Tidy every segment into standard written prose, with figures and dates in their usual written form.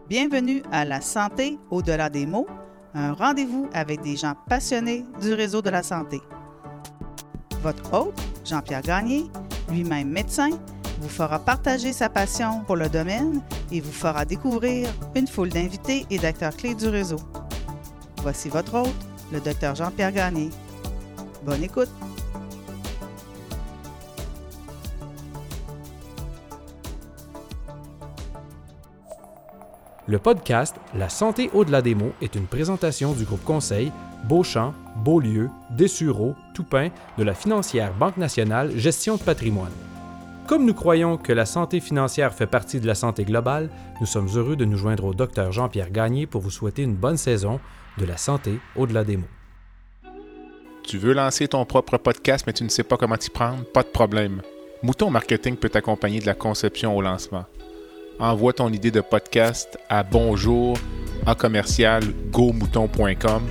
Bienvenue à La santé au-delà des mots, un rendez-vous avec des gens passionnés du réseau de la santé. Votre hôte, Jean-Pierre Gagné, lui-même médecin, vous fera partager sa passion pour le domaine et vous fera découvrir une foule d'invités et d'acteurs clés du réseau. Voici votre hôte, le Dr Jean-Pierre Gagné. Bonne écoute! Le podcast La santé au-delà des mots est une présentation du groupe conseil Beauchamp, Beaulieu, Dessureau, Toupin de la financière Banque nationale Gestion de patrimoine. Comme nous croyons que la santé financière fait partie de la santé globale, nous sommes heureux de nous joindre au Dr Jean-Pierre Gagné pour vous souhaiter une bonne saison de La santé au-delà des mots. Tu veux lancer ton propre podcast mais tu ne sais pas comment t'y prendre? Pas de problème. Mouton Marketing peut t'accompagner de la conception au lancement. Envoie ton idée de podcast à bonjour@gomouton.com.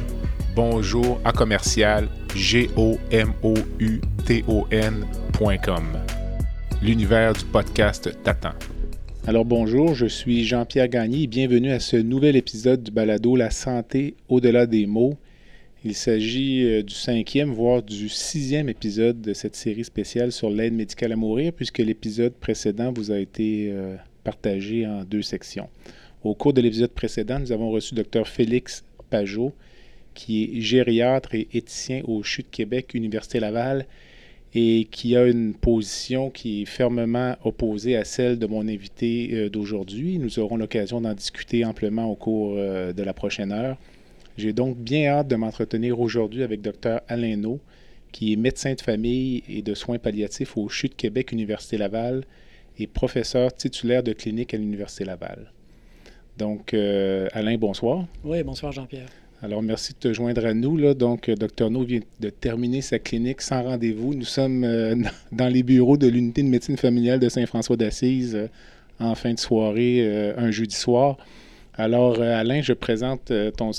bonjour@gomouton.com. L'univers du podcast t'attend. Alors bonjour, je suis Jean-Pierre Gagné et bienvenue à ce nouvel épisode du balado La santé au-delà des mots. Il s'agit du 5e, voire du 6e épisode de cette série spéciale sur l'aide médicale à mourir, puisque l'épisode précédent vous a été partagé en 2 sections. Au cours de l'épisode précédent, nous avons reçu Dr Félix Pajot, qui est gériatre et éthicien au CHU de Québec, Université Laval, et qui a une position qui est fermement opposée à celle de mon invité d'aujourd'hui. Nous aurons l'occasion d'en discuter amplement au cours de la prochaine heure. J'ai donc bien hâte de m'entretenir aujourd'hui avec Dr Alain Naud, qui est médecin de famille et de soins palliatifs au CHU de Québec, Université Laval, et professeur titulaire de clinique à l'Université Laval. Donc, Alain, bonsoir. Oui, bonsoir Jean-Pierre. Alors, merci de te joindre à nous. Là. Donc, Dr Naud vient de terminer sa clinique sans rendez-vous. Nous sommes dans les bureaux de l'unité de médecine familiale de Saint-François d'Assise en fin de soirée, un jeudi soir. Alors, Alain, je présente ton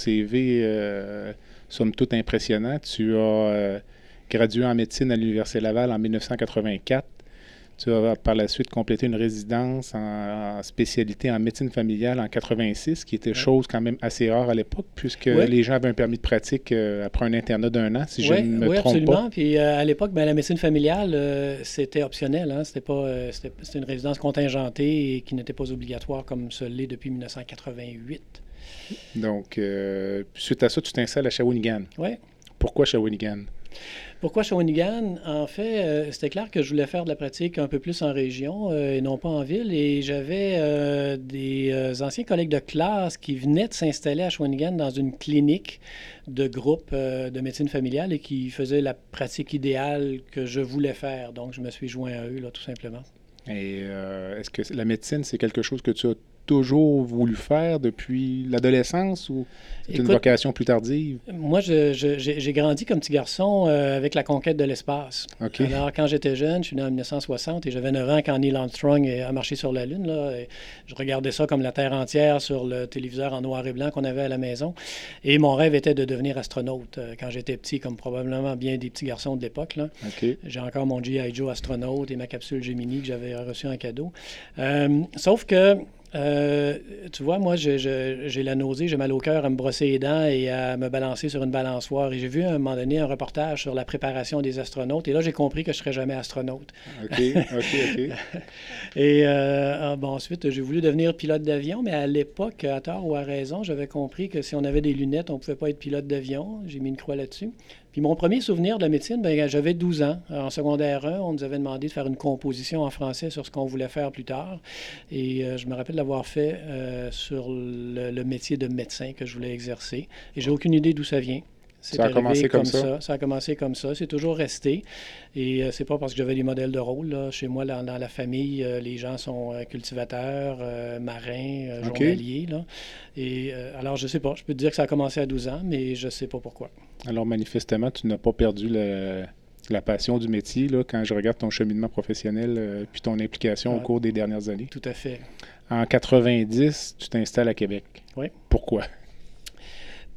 CV, somme toute impressionnant. Tu as gradué en médecine à l'Université Laval en 1984. Tu as par la suite complété une résidence en spécialité en médecine familiale en 86, qui était chose quand même assez rare à l'époque, puisque les gens avaient un permis de pratique après un internat d'1 an, si je ne me trompe pas. Oui, absolument. Puis à l'époque, la médecine familiale, c'était optionnel. Hein? C'était une résidence contingentée et qui n'était pas obligatoire comme ce l'est depuis 1988. Donc, suite à ça, tu t'installes à Shawinigan. Oui. Pourquoi Shawinigan? Pourquoi Shawinigan? En fait, c'était clair que je voulais faire de la pratique un peu plus en région et non pas en ville. Et j'avais des anciens collègues de classe qui venaient de s'installer à Shawinigan dans une clinique de groupe de médecine familiale et qui faisaient la pratique idéale que je voulais faire. Donc, je me suis joint à eux, là, tout simplement. Et est-ce que la médecine, c'est quelque chose que tu as toujours voulu faire depuis l'adolescence ou c'est une vocation plus tardive? Moi, j'ai grandi comme petit garçon avec la conquête de l'espace. Okay. Alors, quand j'étais jeune, je suis né en 1960 et j'avais 9 ans quand Neil Armstrong a marché sur la Lune. Là, et je regardais ça comme la Terre entière sur le téléviseur en noir et blanc qu'on avait à la maison. Et mon rêve était de devenir astronaute quand j'étais petit, comme probablement bien des petits garçons de l'époque. Là. Okay. J'ai encore mon G.I. Joe astronaute et ma capsule Gemini que j'avais reçue en cadeau. Sauf que tu vois, moi, j'ai la nausée, j'ai mal au cœur à me brosser les dents et à me balancer sur une balançoire. Et j'ai vu à un moment donné un reportage sur la préparation des astronautes. Et là, j'ai compris que je ne serais jamais astronaute. OK. Et ensuite, j'ai voulu devenir pilote d'avion. Mais à l'époque, à tort ou à raison, j'avais compris que si on avait des lunettes, on ne pouvait pas être pilote d'avion. J'ai mis une croix là-dessus. Puis mon premier souvenir de la médecine, j'avais 12 ans. En secondaire 1, on nous avait demandé de faire une composition en français sur ce qu'on voulait faire plus tard. Et je me rappelle l'avoir fait sur le métier de médecin que je voulais exercer. Et j'ai aucune idée d'où ça vient. Ça a commencé comme ça? Ça a commencé comme ça. C'est toujours resté. Et c'est pas parce que j'avais des modèles de rôle. Là. Chez moi, dans la famille, les gens sont cultivateurs, marins, journaliers. Là. Et alors, je sais pas. Je peux te dire que ça a commencé à 12 ans, mais je sais pas pourquoi. Alors, manifestement, tu n'as pas perdu la passion du métier là, quand je regarde ton cheminement professionnel puis ton implication au cours des dernières années. Tout à fait. En 90, tu t'installes à Québec. Oui. Pourquoi?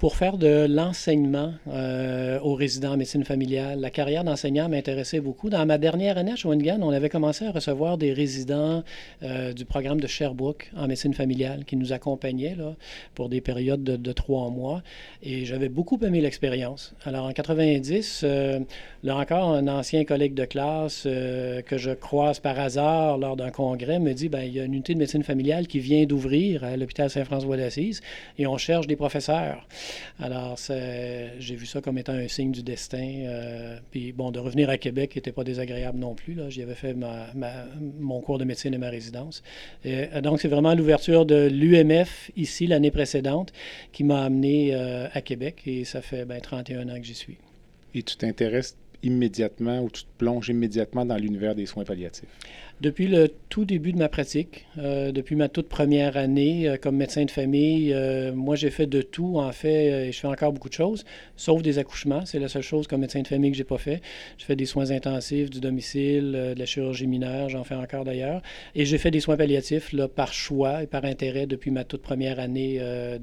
pour faire de l'enseignement aux résidents en médecine familiale. La carrière d'enseignant m'intéressait beaucoup. Dans ma dernière année à Shawinigan, on avait commencé à recevoir des résidents du programme de Sherbrooke en médecine familiale qui nous accompagnaient là, pour des périodes de 3 mois. Et j'avais beaucoup aimé l'expérience. Alors, en 90, là encore, un ancien collègue de classe que je croise par hasard lors d'un congrès me dit, il y a une unité de médecine familiale qui vient d'ouvrir à l'hôpital Saint-François d'Assise et on cherche des professeurs. Alors, j'ai vu ça comme étant un signe du destin. Puis, bon, de revenir à Québec n'était pas désagréable non plus. Là. J'y avais fait mon cours de médecine et ma résidence. Donc, c'est vraiment l'ouverture de l'UMF ici, l'année précédente, qui m'a amené à Québec et ça fait 31 ans que j'y suis. Et tu t'intéresses immédiatement ou tu te plonges immédiatement dans l'univers des soins palliatifs? Depuis le tout début de ma pratique, depuis ma toute première année comme médecin de famille, moi j'ai fait de tout en fait, et je fais encore beaucoup de choses, sauf des accouchements. C'est la seule chose comme médecin de famille que j'ai pas fait. Je fais des soins intensifs, du domicile, de la chirurgie mineure, j'en fais encore d'ailleurs. Et j'ai fait des soins palliatifs là, par choix et par intérêt depuis ma toute première année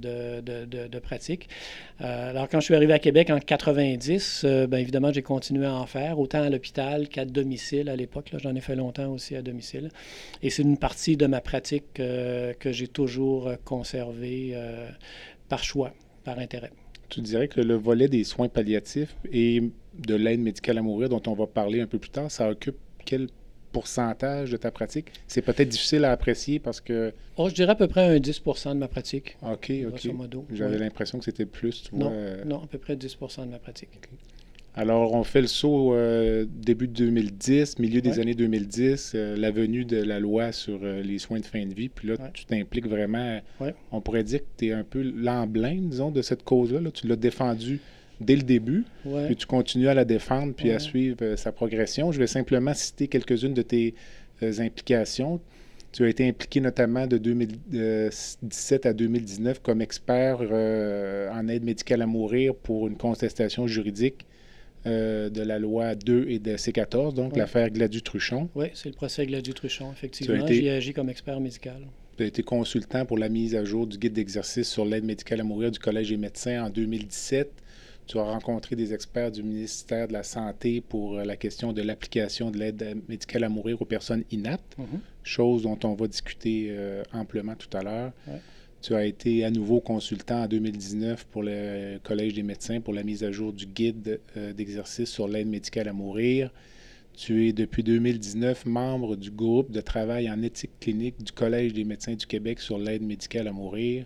de pratique. Alors quand je suis arrivé à Québec en 90, évidemment j'ai continué à en faire, autant à l'hôpital qu'à domicile à l'époque. Là, j'en ai fait longtemps aussi à domicile. Et c'est une partie de ma pratique que j'ai toujours conservée par choix, par intérêt. Tu dirais que le volet des soins palliatifs et de l'aide médicale à mourir, dont on va parler un peu plus tard, ça occupe quel pourcentage de ta pratique? C'est peut-être difficile à apprécier parce que... je dirais à peu près un 10 % de ma pratique. OK. J'avais l'impression que c'était plus, tu vois. Non, à peu près 10 % de ma pratique. Okay. Alors, on fait le saut début de 2010, milieu des années 2010, la venue de la loi sur les soins de fin de vie. Puis là, tu t'impliques vraiment. On pourrait dire que tu es un peu l'emblème, disons, de cette cause-là. Là. Tu l'as défendue dès le début, puis tu continues à la défendre puis à suivre sa progression. Je vais simplement citer quelques-unes de tes implications. Tu as été impliqué notamment de 2017 à 2019 comme expert en aide médicale à mourir pour une contestation juridique de la loi 2 et de C14, donc l'affaire Gladu-Truchon. Oui, c'est le procès Gladu-Truchon, effectivement. J'y agis comme expert médical. Tu as été consultant pour la mise à jour du guide d'exercice sur l'aide médicale à mourir du Collège des médecins en 2017. Tu as rencontré des experts du ministère de la Santé pour la question de l'application de l'aide médicale à mourir aux personnes inaptes, chose dont on va discuter amplement tout à l'heure. Tu as été à nouveau consultant en 2019 pour le Collège des médecins pour la mise à jour du guide d'exercice sur l'aide médicale à mourir. Tu es depuis 2019 membre du groupe de travail en éthique clinique du Collège des médecins du Québec sur l'aide médicale à mourir.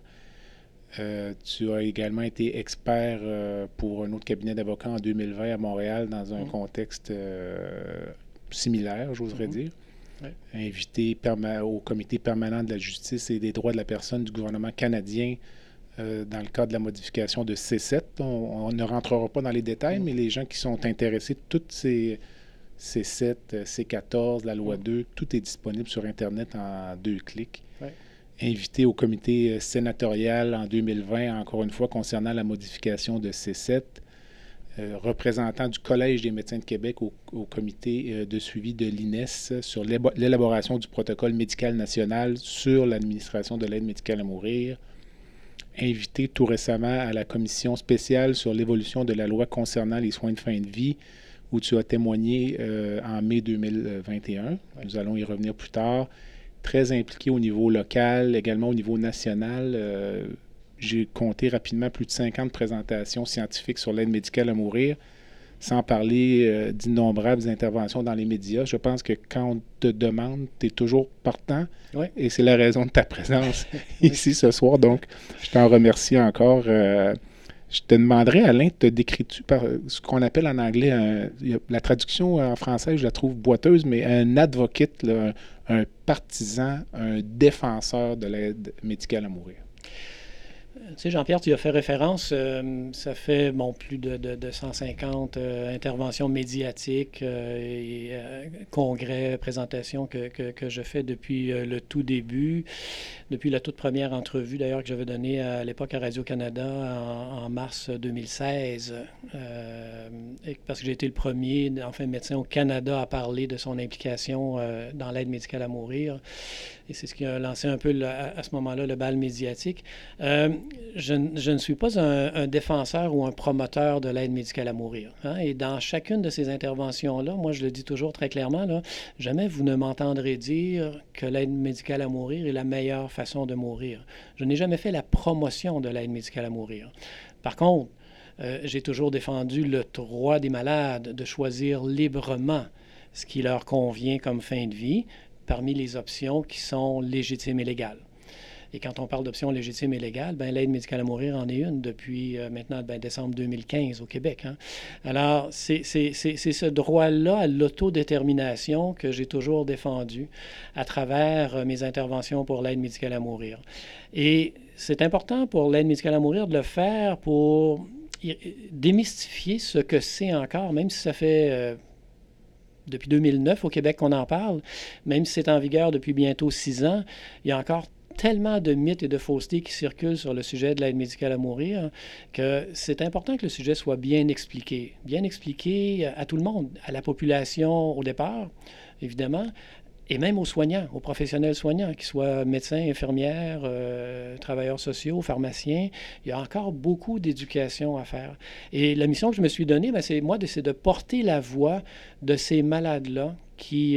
Tu as également été expert pour un autre cabinet d'avocats en 2020 à Montréal dans un contexte similaire, j'oserais dire. Invité au Comité permanent de la justice et des droits de la personne du gouvernement canadien dans le cadre de la modification de C7. On ne rentrera pas dans les détails, mais les gens qui sont intéressés, toutes ces C7, C14, la loi 2, tout est disponible sur Internet en 2 clics. Invité au comité sénatorial en 2020, encore une fois, concernant la modification de C7. Représentant du Collège des médecins de Québec au comité de suivi de l'INES sur l'élaboration du protocole médical national sur l'administration de l'aide médicale à mourir. Invité tout récemment à la commission spéciale sur l'évolution de la loi concernant les soins de fin de vie, où tu as témoigné en mai 2021. Nous allons y revenir plus tard. Très impliqué au niveau local, également au niveau national. J'ai compté rapidement plus de 50 présentations scientifiques sur l'aide médicale à mourir, sans parler d'innombrables interventions dans les médias. Je pense que quand on te demande, tu es toujours partant, et c'est la raison de ta présence ici ce soir. Donc, je t'en remercie encore. Je te demanderais, Alain, te décris-tu par ce qu'on appelle en anglais, la traduction en français, je la trouve boiteuse, mais un advocate, là, un partisan, un défenseur de l'aide médicale à mourir. Tu sais, Jean-Pierre, tu as fait référence, ça fait plus de 150 interventions médiatiques congrès, présentations que je fais depuis le tout début. depuis la toute première entrevue, d'ailleurs, que j'avais donnée à l'époque à Radio-Canada en mars 2016, parce que j'ai été le premier, médecin au Canada à parler de son implication dans l'aide médicale à mourir. Et c'est ce qui a lancé un peu, à ce moment-là, le bal médiatique. Je ne suis pas un défenseur ou un promoteur de l'aide médicale à mourir. Hein? Et dans chacune de ces interventions-là, moi, je le dis toujours très clairement, là, jamais vous ne m'entendrez dire que l'aide médicale à mourir est la meilleure façon de mourir. Je n'ai jamais fait la promotion de l'aide médicale à mourir. Par contre, j'ai toujours défendu le droit des malades de choisir librement ce qui leur convient comme fin de vie parmi les options qui sont légitimes et légales. Et quand on parle d'options légitimes et légales, l'aide médicale à mourir en est une depuis maintenant décembre 2015 au Québec. Hein. Alors, c'est ce droit-là à l'autodétermination que j'ai toujours défendu à travers mes interventions pour l'aide médicale à mourir. Et c'est important pour l'aide médicale à mourir de le faire pour démystifier ce que c'est encore, même si ça fait depuis 2009 au Québec qu'on en parle, même si c'est en vigueur depuis bientôt 6 ans, il y a encore tellement de mythes et de faussetés qui circulent sur le sujet de l'aide médicale à mourir que c'est important que le sujet soit bien expliqué à tout le monde, à la population au départ, évidemment, et même aux soignants, aux professionnels soignants, qu'ils soient médecins, infirmières, travailleurs sociaux, pharmaciens. Il y a encore beaucoup d'éducation à faire. Et la mission que je me suis donnée, c'est de porter la voix de ces malades-là qui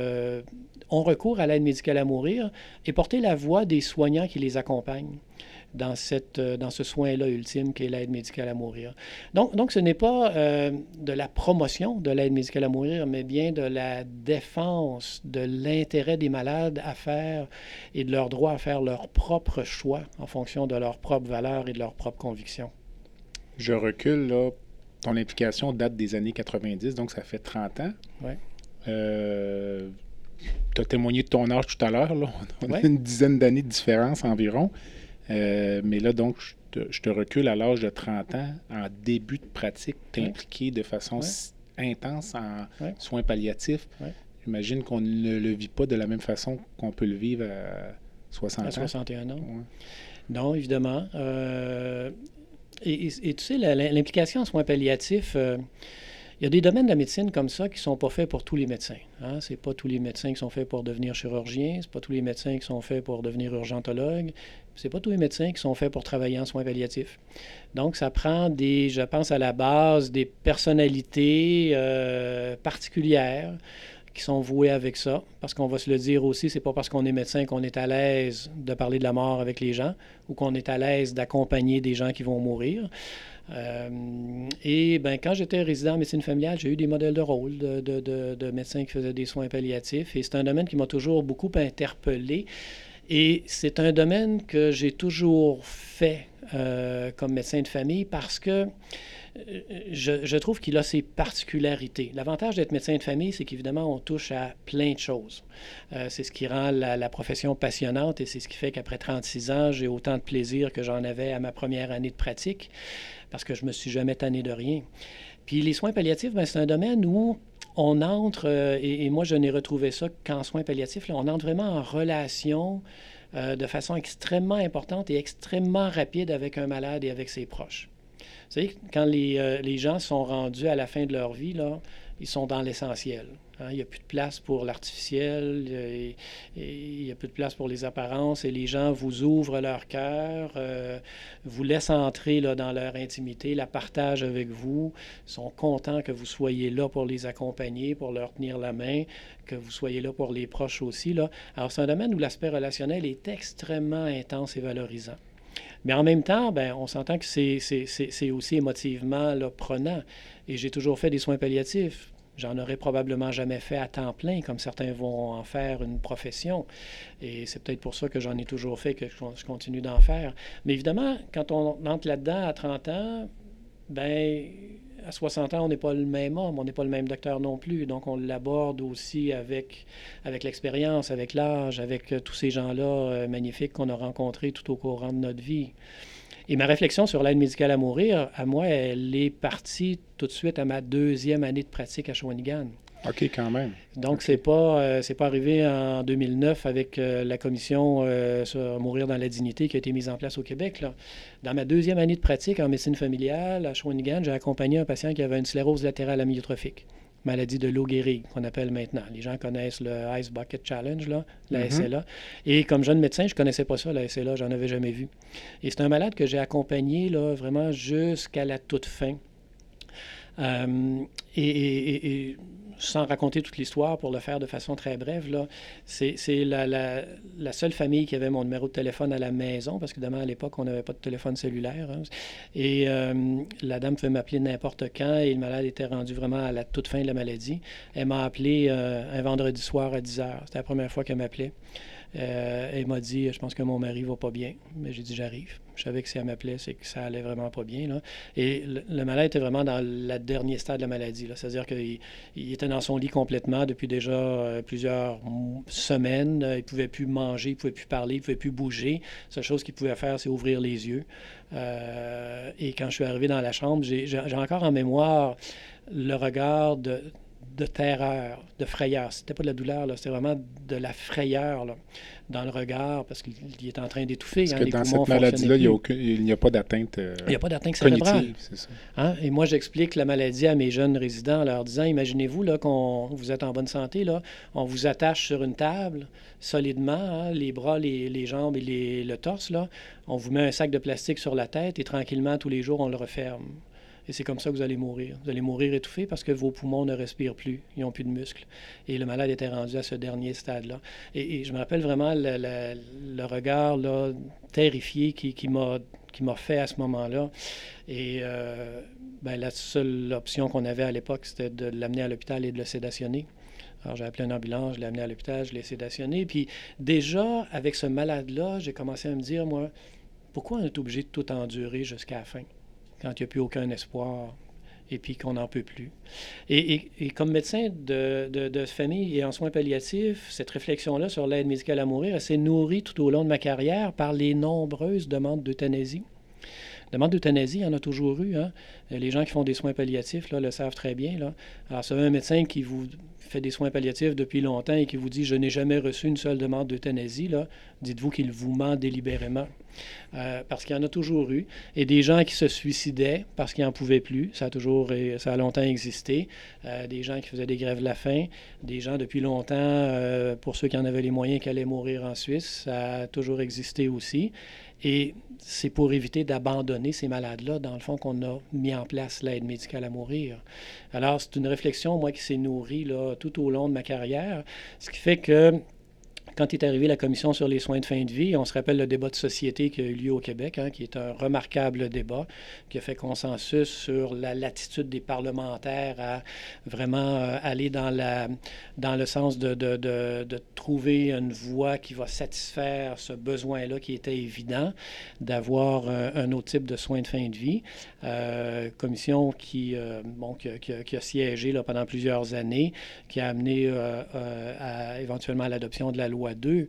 ont recours à l'aide médicale à mourir et porter la voix des soignants qui les accompagnent dans ce soin-là ultime qu'est l'aide médicale à mourir. Donc ce n'est pas de la promotion de l'aide médicale à mourir, mais bien de la défense de l'intérêt des malades à faire et de leur droit à faire leur propre choix en fonction de leurs propres valeurs et de leurs propres convictions. Je recule, là. Ton implication date des années 90, donc ça fait 30 ans. Oui. Tu as témoigné de ton âge tout à l'heure. Là. On a une dizaine d'années de différence environ. Mais là, donc, je te recule à l'âge de 30 ans, en début de pratique, t'es impliqué de façon intense en soins palliatifs. Ouais. J'imagine qu'on ne le vit pas de la même façon qu'on peut le vivre à 60 ans. À 61 ans. Ouais. Non, évidemment. Et tu sais, l'implication en soins palliatifs... il y a des domaines de la médecine comme ça qui ne sont pas faits pour tous les médecins. Hein? Ce n'est pas tous les médecins qui sont faits pour devenir chirurgiens, ce n'est pas tous les médecins qui sont faits pour devenir urgentologues, ce n'est pas tous les médecins qui sont faits pour travailler en soins palliatifs. Donc, ça prend je pense à la base, des personnalités particulières qui sont vouées avec ça, parce qu'on va se le dire aussi, c'est pas parce qu'on est médecin qu'on est à l'aise de parler de la mort avec les gens ou qu'on est à l'aise d'accompagner des gens qui vont mourir. Quand j'étais résident en médecine familiale, j'ai eu des modèles de rôle de médecins qui faisaient des soins palliatifs et c'est un domaine qui m'a toujours beaucoup interpellé et c'est un domaine que j'ai toujours fait comme médecin de famille parce que je trouve qu'il a ses particularités. L'avantage d'être médecin de famille, c'est qu'évidemment, on touche à plein de choses. C'est ce qui rend la profession passionnante et c'est ce qui fait qu'après 36 ans, j'ai autant de plaisir que j'en avais à ma première année de pratique parce que je me suis jamais tanné de rien. Puis les soins palliatifs, c'est un domaine où on entre, et moi je n'ai retrouvé ça qu'en soins palliatifs, là, on entre vraiment en relation de façon extrêmement importante et extrêmement rapide avec un malade et avec ses proches. Vous savez, quand les gens sont rendus à la fin de leur vie, là, ils sont dans l'essentiel. Hein? Il n'y a plus de place pour l'artificiel, il n'y a plus de place pour les apparences et les gens vous ouvrent leur cœur, vous laissent entrer là, dans leur intimité, la partagent avec vous, sont contents que vous soyez là pour les accompagner, pour leur tenir la main, que vous soyez là pour les proches aussi. Là. Alors, c'est un domaine où l'aspect relationnel est extrêmement intense et valorisant. Mais en même temps, on s'entend que c'est aussi émotivement là, prenant. Et j'ai toujours fait des soins palliatifs. J'en aurais probablement jamais fait à temps plein, comme certains vont en faire une profession. Et c'est peut-être pour ça que j'en ai toujours fait, que je continue d'en faire. Mais évidemment, quand on entre là-dedans à 30 ans, à 60 ans, on n'est pas le même homme, on n'est pas le même docteur non plus. Donc, on l'aborde aussi avec l'expérience, avec l'âge, avec tous ces gens-là magnifiques qu'on a rencontrés tout au courant de notre vie. Et ma réflexion sur l'aide médicale à mourir, à moi, elle est partie tout de suite à ma 2e année de pratique à Shawinigan. OK, quand même. Donc, c'est pas arrivé en 2009 avec la commission sur Mourir dans la dignité qui a été mise en place au Québec, là. Dans ma 2e année de pratique en médecine familiale à Shawinigan, j'ai accompagné un patient qui avait une sclérose latérale amyotrophique, maladie de Lou Gehrig, qu'on appelle maintenant. Les gens connaissent le Ice Bucket Challenge, là, la SLA. Et comme jeune médecin, je ne connaissais pas ça, la SLA, j'en avais jamais vu. Et c'est un malade que j'ai accompagné là, vraiment jusqu'à la toute fin. Et sans raconter toute l'histoire, pour le faire de façon très brève, là, c'est la seule famille qui avait mon numéro de téléphone à la maison, parce que évidemment, à l'époque, on n'avait pas de téléphone cellulaire. Hein. Et la dame pouvait m'appeler n'importe quand, et le malade était rendu vraiment à la toute fin de la maladie. Elle m'a appelé un vendredi soir à 10 h. C'était la première fois qu'elle m'appelait. Elle m'a dit, je pense que mon mari va pas bien. Mais j'ai dit, j'arrive. Je savais que si elle m'appelait, c'est que ça allait vraiment pas bien, là. Et le malade était vraiment dans le dernier stade de la maladie, là. C'est-à-dire qu'il était dans son lit complètement depuis déjà plusieurs semaines. Il pouvait plus manger, il pouvait plus parler, il pouvait plus bouger. La seule chose qu'il pouvait faire, c'est ouvrir les yeux. Et quand je suis arrivé dans la chambre, j'ai encore en mémoire le regard de terreur, de frayeur. C'était pas de la douleur, là, c'était vraiment de la frayeur là, dans le regard, parce qu'il est en train d'étouffer. Parce que dans cette maladie-là, il n'y a pas d'atteinte il n'y a pas d'atteinte cérébrale. C'est ça. Hein? Et moi, j'explique la maladie à mes jeunes résidents en leur disant, imaginez-vous là, vous êtes en bonne santé, là, on vous attache sur une table solidement, hein, les bras, les jambes et le torse, là, on vous met un sac de plastique sur la tête et tranquillement, tous les jours, on le referme. Et c'est comme ça que vous allez mourir. Vous allez mourir étouffé parce que vos poumons ne respirent plus. Ils n'ont plus de muscles. Et le malade était rendu à ce dernier stade-là. Et je me rappelle vraiment le regard là, terrifié qui m'a fait à ce moment-là. Et la seule option qu'on avait à l'époque, c'était de l'amener à l'hôpital et de le sédationner. Alors, j'ai appelé une ambulance, je l'ai amené à l'hôpital, je l'ai sédationné. Puis déjà, avec ce malade-là, j'ai commencé à me dire, moi, pourquoi on est obligé de tout endurer jusqu'à la fin? Quand il n'y a plus aucun espoir et puis qu'on n'en peut plus. Et comme médecin de famille et en soins palliatifs, cette réflexion-là sur l'aide médicale à mourir, elle s'est nourrie tout au long de ma carrière par les nombreuses demandes d'euthanasie. Demande d'euthanasie, il y en a toujours eu. Hein? Les gens qui font des soins palliatifs là, le savent très bien. Là. Alors, si vous avez un médecin qui vous fait des soins palliatifs depuis longtemps et qui vous dit « je n'ai jamais reçu une seule demande d'euthanasie », dites-vous qu'il vous ment délibérément. Parce qu'il y en a toujours eu. Et des gens qui se suicidaient parce qu'ils n'en pouvaient plus, ça a longtemps existé. Des gens qui faisaient des grèves de la faim, des gens depuis longtemps, pour ceux qui en avaient les moyens, qui allaient mourir en Suisse, ça a toujours existé aussi. Et c'est pour éviter d'abandonner ces malades-là, dans le fond, qu'on a mis en place l'aide médicale à mourir. Alors, c'est une réflexion, moi, qui s'est nourrie là, tout au long de ma carrière, ce qui fait que quand est arrivée la commission sur les soins de fin de vie, on se rappelle le débat de société qui a eu lieu au Québec, hein, qui est un remarquable débat, qui a fait consensus sur l'attitude des parlementaires à vraiment aller dans le sens de trouver une voie qui va satisfaire ce besoin-là qui était évident, d'avoir un autre type de soins de fin de vie. Commission qui a siégé là, pendant plusieurs années, qui a amené éventuellement à l'adoption de la loi 2.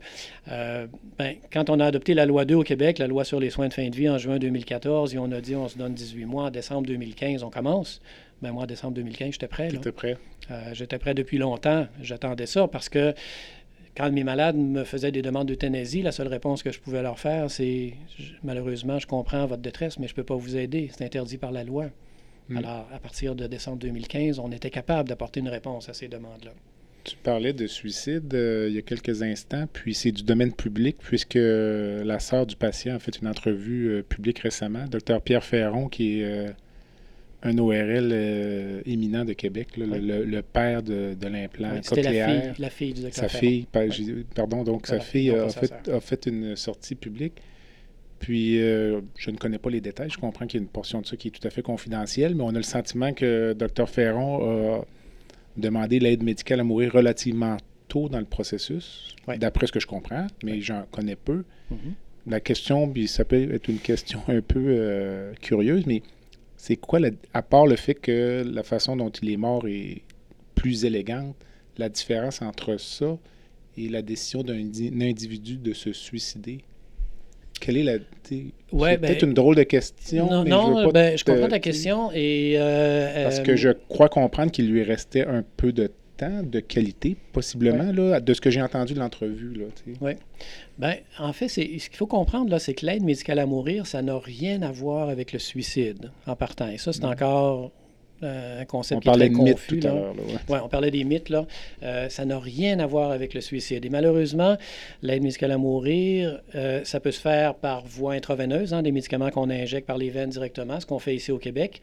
Quand on a adopté la loi 2 au Québec, la loi sur les soins de fin de vie en juin 2014, et on a dit on se donne 18 mois, en décembre 2015, on commence. Moi, en décembre 2015, j'étais prêt. J'étais prêt. J'étais prêt depuis longtemps. J'attendais ça parce que quand mes malades me faisaient des demandes d'euthanasie, la seule réponse que je pouvais leur faire, c'est malheureusement, je comprends votre détresse, mais je ne peux pas vous aider. C'est interdit par la loi. Alors, à partir de décembre 2015, on était capable d'apporter une réponse à ces demandes-là. Tu parlais de suicide il y a quelques instants, puis c'est du domaine public, puisque la sœur du patient a fait une entrevue publique récemment. Dr Pierre Ferron, qui est un ORL éminent de Québec, là, le père de l'implant cochléaire. C'était la fille du Dr Sa Ferron. fille, pardon, donc sa fille a fait une sortie publique. Puis, je ne connais pas les détails. Je comprends qu'il y a une portion de ça qui est tout à fait confidentielle, mais on a le sentiment que Dr Ferron a demandé l'aide médicale à mourir relativement tôt dans le processus, d'après ce que je comprends, mais j'en connais peu. La question, puis ça peut être une question un peu curieuse, mais c'est quoi, à part le fait que la façon dont il est mort est plus élégante, la différence entre ça et la décision d'un individu de se suicider? Quelle est la... c'est peut-être une drôle de question. Je comprends ta question. Et, parce que je crois comprendre qu'il lui restait un peu de temps de qualité, possiblement, là, de ce que j'ai entendu de l'entrevue. Oui. Bien, en fait, ce qu'il faut comprendre, là, c'est que l'aide médicale à mourir, ça n'a rien à voir avec le suicide, en partant. Et ça, c'est encore un concept qui est très confus. On parlait de mythes tout à l'heure. Oui, on parlait des mythes, là. Ça n'a rien à voir avec le suicide. Et malheureusement, l'aide médicale à mourir, ça peut se faire par voie intraveineuse, des médicaments qu'on injecte par les veines directement, ce qu'on fait ici au Québec.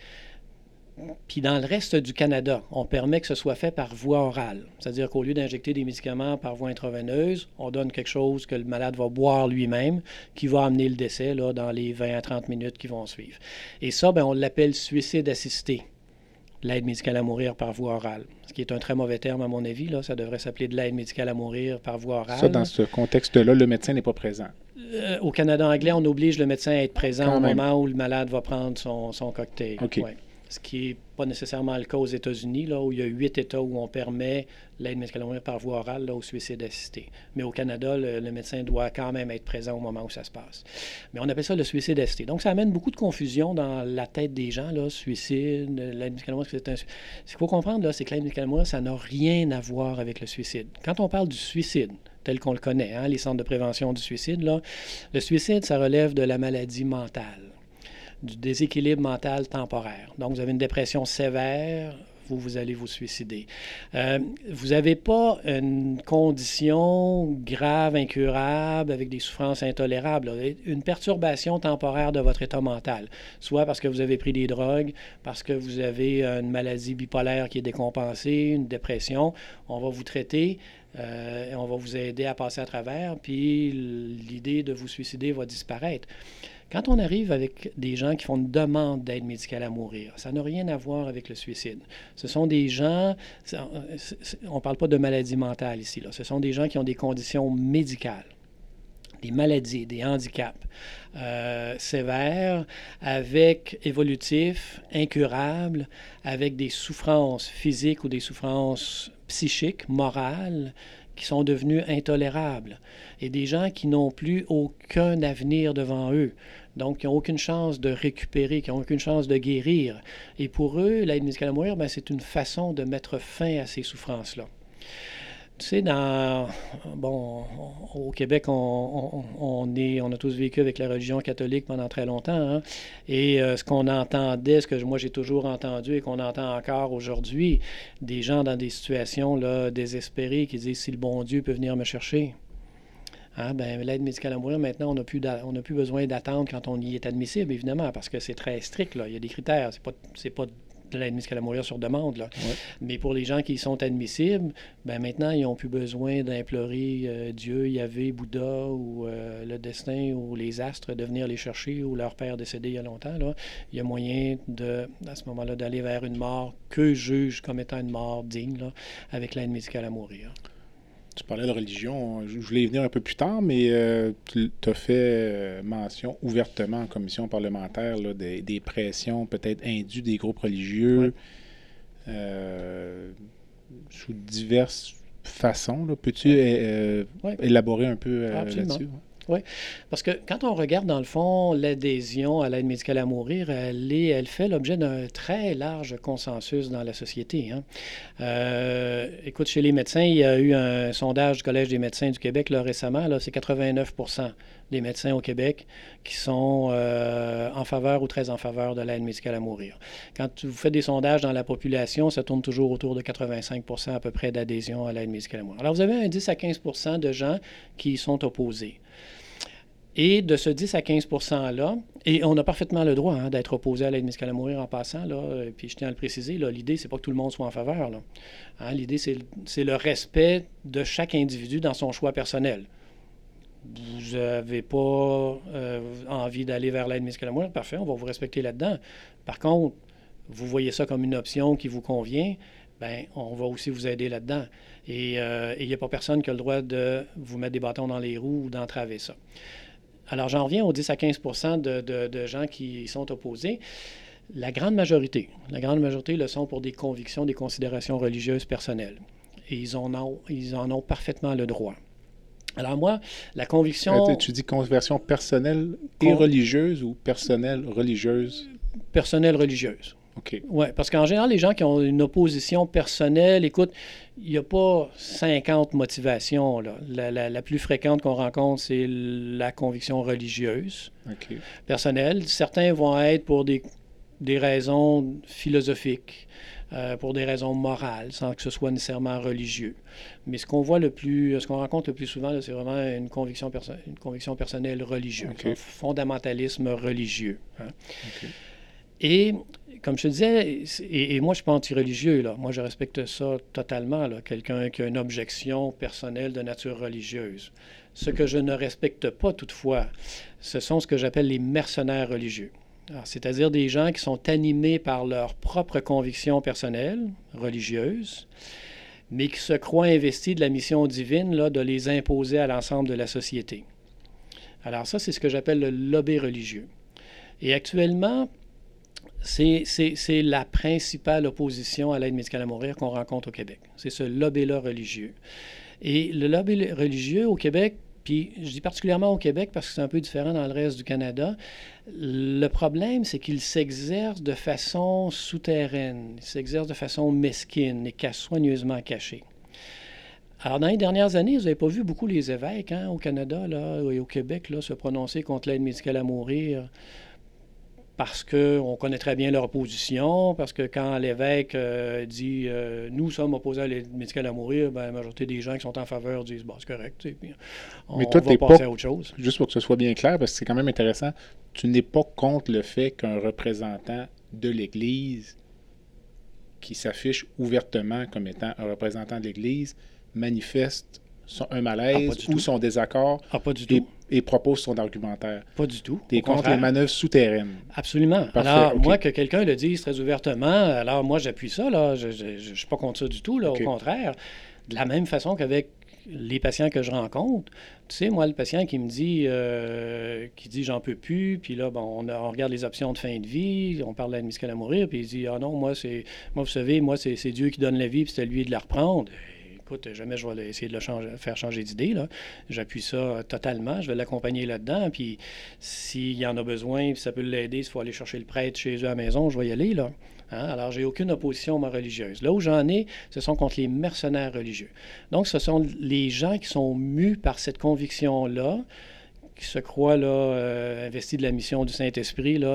Puis dans le reste du Canada, on permet que ce soit fait par voie orale. C'est-à-dire qu'au lieu d'injecter des médicaments par voie intraveineuse, on donne quelque chose que le malade va boire lui-même, qui va amener le décès là, dans les 20 à 30 minutes qui vont suivre. Et ça, bien, on l'appelle suicide assisté, l'aide médicale à mourir par voie orale. Ce qui est un très mauvais terme à mon avis. Là. Ça devrait s'appeler de l'aide médicale à mourir par voie orale. Ça, dans ce contexte-là, le médecin n'est pas présent. Au Canada anglais, on oblige le médecin à être présent au moment où le malade va prendre son cocktail. OK. Ouais. Ce qui n'est pas nécessairement le cas aux États-Unis, là, où il y a 8 États où on permet l'aide médicale à mourir par voie orale là, au suicide assisté. Mais au Canada, le médecin doit quand même être présent au moment où ça se passe. Mais on appelle ça le suicide assisté. Donc, ça amène beaucoup de confusion dans la tête des gens, là, suicide, l'aide médicale à mourir, c'est un... Ce qu'il faut comprendre, là, c'est que l'aide médicale à mourir, ça n'a rien à voir avec le suicide. Quand on parle du suicide, tel qu'on le connaît, les centres de prévention du suicide, là, le suicide, ça relève de la maladie mentale, du déséquilibre mental temporaire. Donc, vous avez une dépression sévère, vous allez vous suicider. Vous n'avez pas une condition grave, incurable, avec des souffrances intolérables, là. Une perturbation temporaire de votre état mental, soit parce que vous avez pris des drogues, parce que vous avez une maladie bipolaire qui est décompensée, une dépression. On va vous traiter. Et on va vous aider à passer à travers, puis l'idée de vous suicider va disparaître. Quand on arrive avec des gens qui font une demande d'aide médicale à mourir, ça n'a rien à voir avec le suicide. Ce sont des gens, on ne parle pas de maladie mentale ici, là. Ce sont des gens qui ont des conditions médicales, des maladies, des handicaps sévères, avec évolutifs, incurables, avec des souffrances physiques ou des souffrances psychiques, morales, qui sont devenues intolérables. Et des gens qui n'ont plus aucun avenir devant eux. Donc, qui n'ont aucune chance de récupérer, qui n'ont aucune chance de guérir. Et pour eux, l'aide médicale à mourir, bien, c'est une façon de mettre fin à ces souffrances-là. Tu sais, au Québec, on a tous vécu avec la religion catholique pendant très longtemps. Et ce qu'on entendait, moi j'ai toujours entendu et qu'on entend encore aujourd'hui, des gens dans des situations là, désespérées qui disent « Si le bon Dieu peut venir me chercher ». L'aide médicale à mourir, maintenant, on n'a plus besoin d'attendre quand on y est admissible, évidemment, parce que c'est très strict. Là. Il y a des critères. C'est pas de l'aide médicale à mourir sur demande. Là. Ouais. Mais pour les gens qui sont admissibles, maintenant, ils n'ont plus besoin d'implorer Dieu, Yahvé, Bouddha ou le destin ou les astres de venir les chercher ou leur père décédé il y a longtemps. Là. Il y a moyen, à ce moment-là, d'aller vers une mort qu'eux jugent comme étant une mort digne là, avec l'aide médicale à mourir. Tu parlais de religion, je voulais y venir un peu plus tard, mais tu as fait mention ouvertement en commission parlementaire là, des pressions peut-être indues des groupes religieux sous diverses façons. Là. Peux-tu élaborer un peu là-dessus? Oui, parce que quand on regarde, dans le fond, l'adhésion à l'aide médicale à mourir, elle fait l'objet d'un très large consensus dans la société. Écoute, chez les médecins, il y a eu un sondage du Collège des médecins du Québec là, récemment. Là, c'est 89 % des médecins au Québec qui sont en faveur ou très en faveur de l'aide médicale à mourir. Quand vous faites des sondages dans la population, ça tourne toujours autour de 85 % à peu près d'adhésion à l'aide médicale à mourir. Alors, vous avez un 10 à 15 % de gens qui y sont opposés. Et de ce 10 à 15 %-là, et on a parfaitement le droit d'être opposé à l'aide médicale à mourir en passant, là, puis je tiens à le préciser, là, l'idée, c'est pas que tout le monde soit en faveur. Là. L'idée, c'est le respect de chaque individu dans son choix personnel. Vous n'avez pas envie d'aller vers l'aide médicale à mourir, parfait, on va vous respecter là-dedans. Par contre, vous voyez ça comme une option qui vous convient, bien, on va aussi vous aider là-dedans. Et il n'y a pas personne qui a le droit de vous mettre des bâtons dans les roues ou d'entraver ça. Alors, j'en reviens aux 10 à 15 % de gens qui y sont opposés. La grande majorité le sont pour des convictions, des considérations religieuses personnelles. Et ils en ont parfaitement le droit. Alors moi, la conviction... tu dis conversion personnelle et religieuse ou personnelle religieuse? Personnelle religieuse. OK. Oui, parce qu'en général, les gens qui ont une opposition personnelle, écoute, il n'y a pas 50 motivations, là. La plus fréquente qu'on rencontre, c'est la conviction religieuse, OK. personnelle. Certains vont être pour des raisons philosophiques, pour des raisons morales, sans que ce soit nécessairement religieux. Mais ce qu'on rencontre le plus souvent, là, c'est vraiment une conviction personnelle religieuse, OK. un fondamentalisme religieux. Hein. OK. Et comme je te disais, et moi je ne suis pas anti-religieux, là. Moi je respecte ça totalement, là, quelqu'un qui a une objection personnelle de nature religieuse. Ce que je ne respecte pas toutefois, ce sont ce que j'appelle les mercenaires religieux. Alors, c'est-à-dire des gens qui sont animés par leur propre conviction personnelle, religieuse, mais qui se croient investis de la mission divine là, de les imposer à l'ensemble de la société. Alors ça, c'est ce que j'appelle le lobby religieux. Et actuellement, c'est la principale opposition à l'aide médicale à mourir qu'on rencontre au Québec. C'est ce lobby-là religieux. Et le lobby religieux au Québec, puis je dis particulièrement au Québec parce que c'est un peu différent dans le reste du Canada, le problème, c'est qu'il s'exerce de façon souterraine, il s'exerce de façon mesquine et soigneusement cachée. Alors, dans les dernières années, vous n'avez pas vu beaucoup les évêques au Canada là, et au Québec là, se prononcer contre l'aide médicale à mourir parce qu'on connaît très bien leur position, parce que quand l'évêque dit « nous sommes opposés à l'aide médicale à mourir », la majorité des gens qui sont en faveur disent « bon, c'est correct, puis Mais toi, va passer à autre chose ». Juste pour que ce soit bien clair, parce que c'est quand même intéressant, tu n'es pas contre le fait qu'un représentant de l'Église qui s'affiche ouvertement comme étant un représentant de l'Église manifeste un malaise ou son désaccord et propose son argumentaire. Pas du tout. Tu es contre les manœuvres souterraines. Absolument. Parfait, alors, okay. Moi, que quelqu'un le dise très ouvertement, alors moi, j'appuie ça. Là. Je ne suis pas contre ça du tout. Là, okay. Au contraire. De la même façon qu'avec les patients que je rencontre, tu sais, moi, le patient qui me dit, j'en peux plus, puis là, bon, on regarde les options de fin de vie, on parle de l'aide médicale à mourir, puis il dit, ah non, moi, vous savez, moi, c'est Dieu qui donne la vie, puis c'est à lui de la reprendre. Écoute, jamais je vais essayer de faire changer d'idée. Là. J'appuie ça totalement. Je vais l'accompagner là-dedans. Puis s'il y en a besoin, puis ça peut l'aider, s'il faut aller chercher le prêtre chez eux à la maison, je vais y aller. Là. Hein? Alors, j'ai aucune opposition moi, religieuse. Là où j'en ai, ce sont contre les mercenaires religieux. Donc, ce sont les gens qui sont mus par cette conviction-là, qui se croient là, investis de la mission du Saint-Esprit là,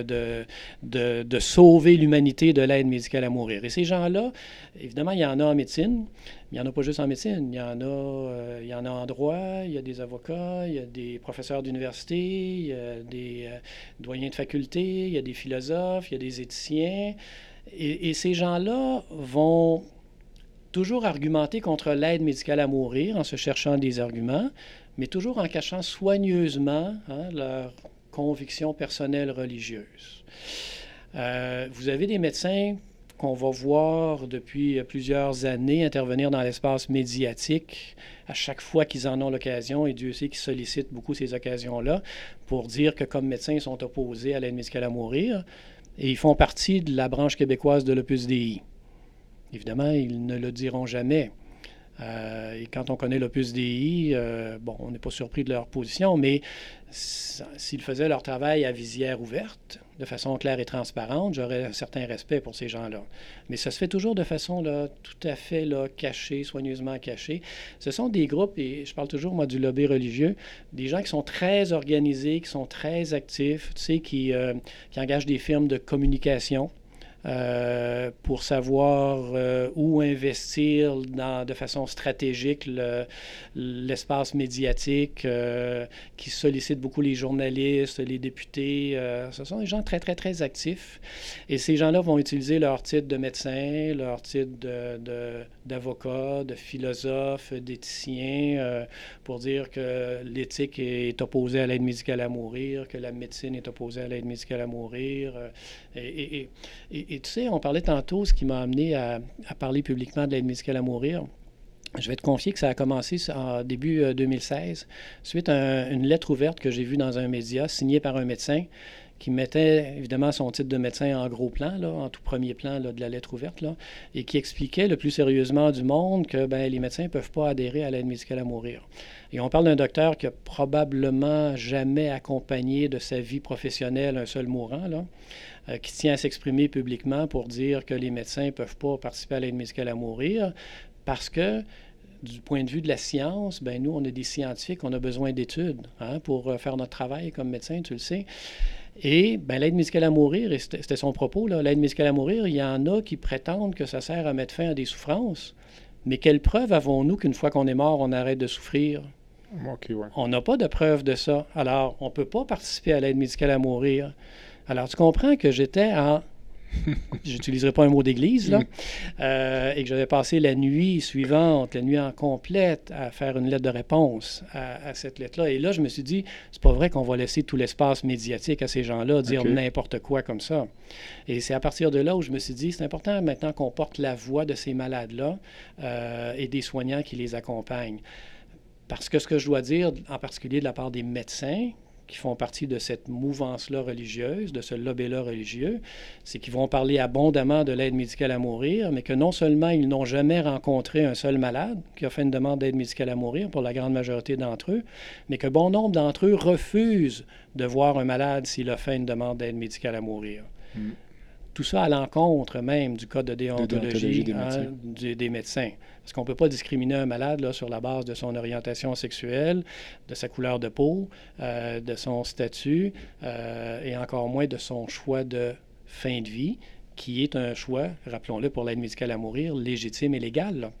de sauver l'humanité de l'aide médicale à mourir. Et ces gens-là, évidemment, il y en a en médecine, mais il n'y en a pas juste en médecine. Il y en a en droit, il y a des avocats, il y a des professeurs d'université, il y a des doyens de faculté, il y a des philosophes, il y a des éthiciens. Et ces gens-là vont toujours argumenter contre l'aide médicale à mourir en se cherchant des arguments, mais toujours en cachant soigneusement leur conviction personnelle religieuse. Vous avez des médecins qu'on va voir depuis plusieurs années intervenir dans l'espace médiatique à chaque fois qu'ils en ont l'occasion, et Dieu sait qu'ils sollicitent beaucoup ces occasions-là pour dire que comme médecins, ils sont opposés à l'aide médicale à mourir, et ils font partie de la branche québécoise de l'Opus Dei. Évidemment, ils ne le diront jamais. Et quand on connaît l'Opus Dei, on n'est pas surpris de leur position, mais s'ils faisaient leur travail à visière ouverte, de façon claire et transparente, j'aurais un certain respect pour ces gens-là. Mais ça se fait toujours de façon là, tout à fait là, cachée, soigneusement cachée. Ce sont des groupes, et je parle toujours, moi, du lobby religieux, des gens qui sont très organisés, qui sont très actifs, tu sais, qui engagent des firmes de communication, pour savoir où investir de façon stratégique l'espace médiatique, qui sollicite beaucoup les journalistes, les députés. Ce sont des gens très, très, très actifs. Et ces gens-là vont utiliser leur titre de médecin, leur titre d'avocat, de philosophe, d'éthicien, pour dire que l'éthique est opposée à l'aide médicale à mourir, que la médecine est opposée à l'aide médicale à mourir. Et tu sais, on parlait tantôt, ce qui m'a amené à parler publiquement de l'aide médicale à mourir. Je vais te confier que ça a commencé en début 2016, suite à une lettre ouverte que j'ai vue dans un média, signée par un médecin, qui mettait évidemment son titre de médecin en gros plan, là, en tout premier plan là, de la lettre ouverte, là, et qui expliquait le plus sérieusement du monde que les médecins ne peuvent pas adhérer à l'aide médicale à mourir. Et on parle d'un docteur qui a probablement jamais accompagné de sa vie professionnelle un seul mourant, là, qui tient à s'exprimer publiquement pour dire que les médecins ne peuvent pas participer à l'aide médicale à mourir parce que du point de vue de la science, nous, on est des scientifiques, on a besoin d'études pour faire notre travail comme médecin, tu le sais. Et l'aide médicale à mourir, et c'était son propos, là, l'aide médicale à mourir, il y en a qui prétendent que ça sert à mettre fin à des souffrances. Mais quelle preuve avons-nous qu'une fois qu'on est mort, on arrête de souffrir? Okay, ouais. On n'a pas de preuve de ça. Alors, on ne peut pas participer à l'aide médicale à mourir. Alors, tu comprends que j'étais en... j'utiliserai pas un mot d'église, là, et que j'avais passé la nuit suivante, la nuit en complète, à faire une lettre de réponse à cette lettre-là. Et là, je me suis dit, c'est pas vrai qu'on va laisser tout l'espace médiatique à ces gens-là dire n'importe quoi comme ça. Et c'est à partir de là où je me suis dit, c'est important maintenant qu'on porte la voix de ces malades-là et des soignants qui les accompagnent. Parce que ce que je dois dire, en particulier de la part des médecins, qui font partie de cette mouvance-là religieuse, de ce lobby-là religieux, c'est qu'ils vont parler abondamment de l'aide médicale à mourir, mais que non seulement ils n'ont jamais rencontré un seul malade qui a fait une demande d'aide médicale à mourir, pour la grande majorité d'entre eux, mais que bon nombre d'entre eux refusent de voir un malade s'il a fait une demande d'aide médicale à mourir. Tout ça à l'encontre même du code de déontologie des médecins. Parce qu'on ne peut pas discriminer un malade là, sur la base de son orientation sexuelle, de sa couleur de peau, de son statut, et encore moins de son choix de fin de vie, qui est un choix, rappelons-le, pour l'aide médicale à mourir, légitime et légal.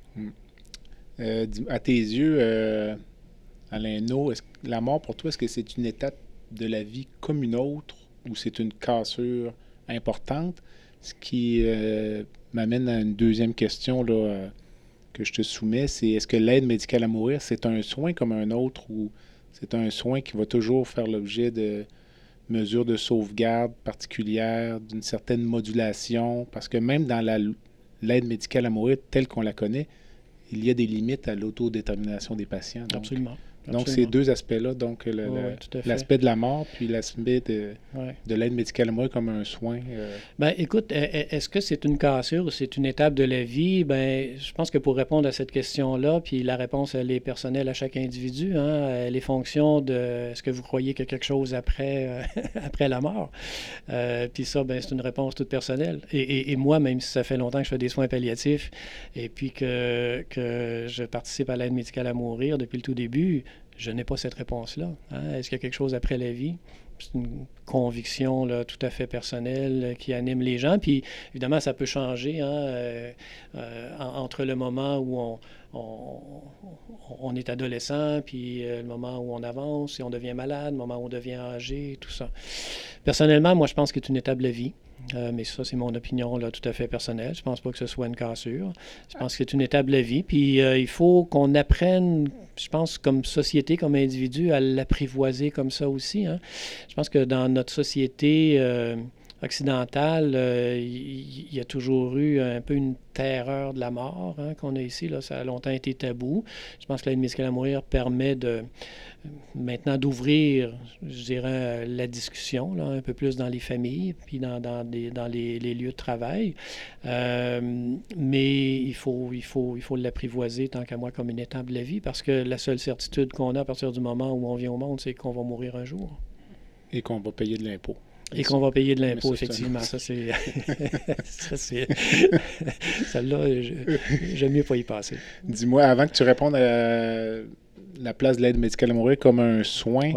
À tes yeux, Alain Naud, la mort pour toi, est-ce que c'est une étape de la vie comme une autre ou c'est une cassure importante? Ce qui m'amène à une deuxième question là, que je te soumets, c'est est-ce que l'aide médicale à mourir, c'est un soin comme un autre ou c'est un soin qui va toujours faire l'objet de mesures de sauvegarde particulières, d'une certaine modulation? Parce que même dans l'aide médicale à mourir telle qu'on la connaît, il y a des limites à l'autodétermination des patients. Donc, Absolument. Donc, ces deux aspects-là, donc l'aspect de la mort puis l'aspect de l'aide médicale à mourir comme un soin. Écoute, est-ce que c'est une cassure ou c'est une étape de la vie? Je pense que pour répondre à cette question-là, puis la réponse, elle est personnelle à chaque individu, elle est fonction de est-ce que vous croyez qu'il y a quelque chose après, après la mort? Puis ça, c'est une réponse toute personnelle. Et moi, même si ça fait longtemps que je fais des soins palliatifs et puis que je participe à l'aide médicale à mourir depuis le tout début, je n'ai pas cette réponse-là. Est-ce qu'il y a quelque chose après la vie? C'est une conviction là, tout à fait personnelle qui anime les gens. Puis, évidemment, ça peut changer entre le moment où on est adolescent, puis le moment où on avance, et on devient malade, le moment où on devient âgé, tout ça. Personnellement, moi, je pense que c'est une étape de la vie. Mais ça, c'est mon opinion là, tout à fait personnelle. Je ne pense pas que ce soit une cassure. Je pense que c'est une étape de la vie. Puis il faut qu'on apprenne, je pense, comme société, comme individu, à l'apprivoiser comme ça aussi. Je pense que dans notre société occidentale, il y a toujours eu un peu une terreur de la mort qu'on a ici. Là, ça a longtemps été tabou. Je pense que l'aide médicale à mourir permet maintenant d'ouvrir, je dirais, la discussion là, un peu plus dans les familles puis dans les lieux de travail. Mais il faut l'apprivoiser tant qu'à moi comme une étape de la vie parce que la seule certitude qu'on a à partir du moment où on vient au monde, c'est qu'on va mourir un jour. Et qu'on va payer de l'impôt. Et qu'on va payer de l'impôt, effectivement. Ça, c'est... Celle-là, j'aime mieux pas y passer. Dis-moi, avant que tu répondes à la place de l'aide médicale à mourir comme un soin,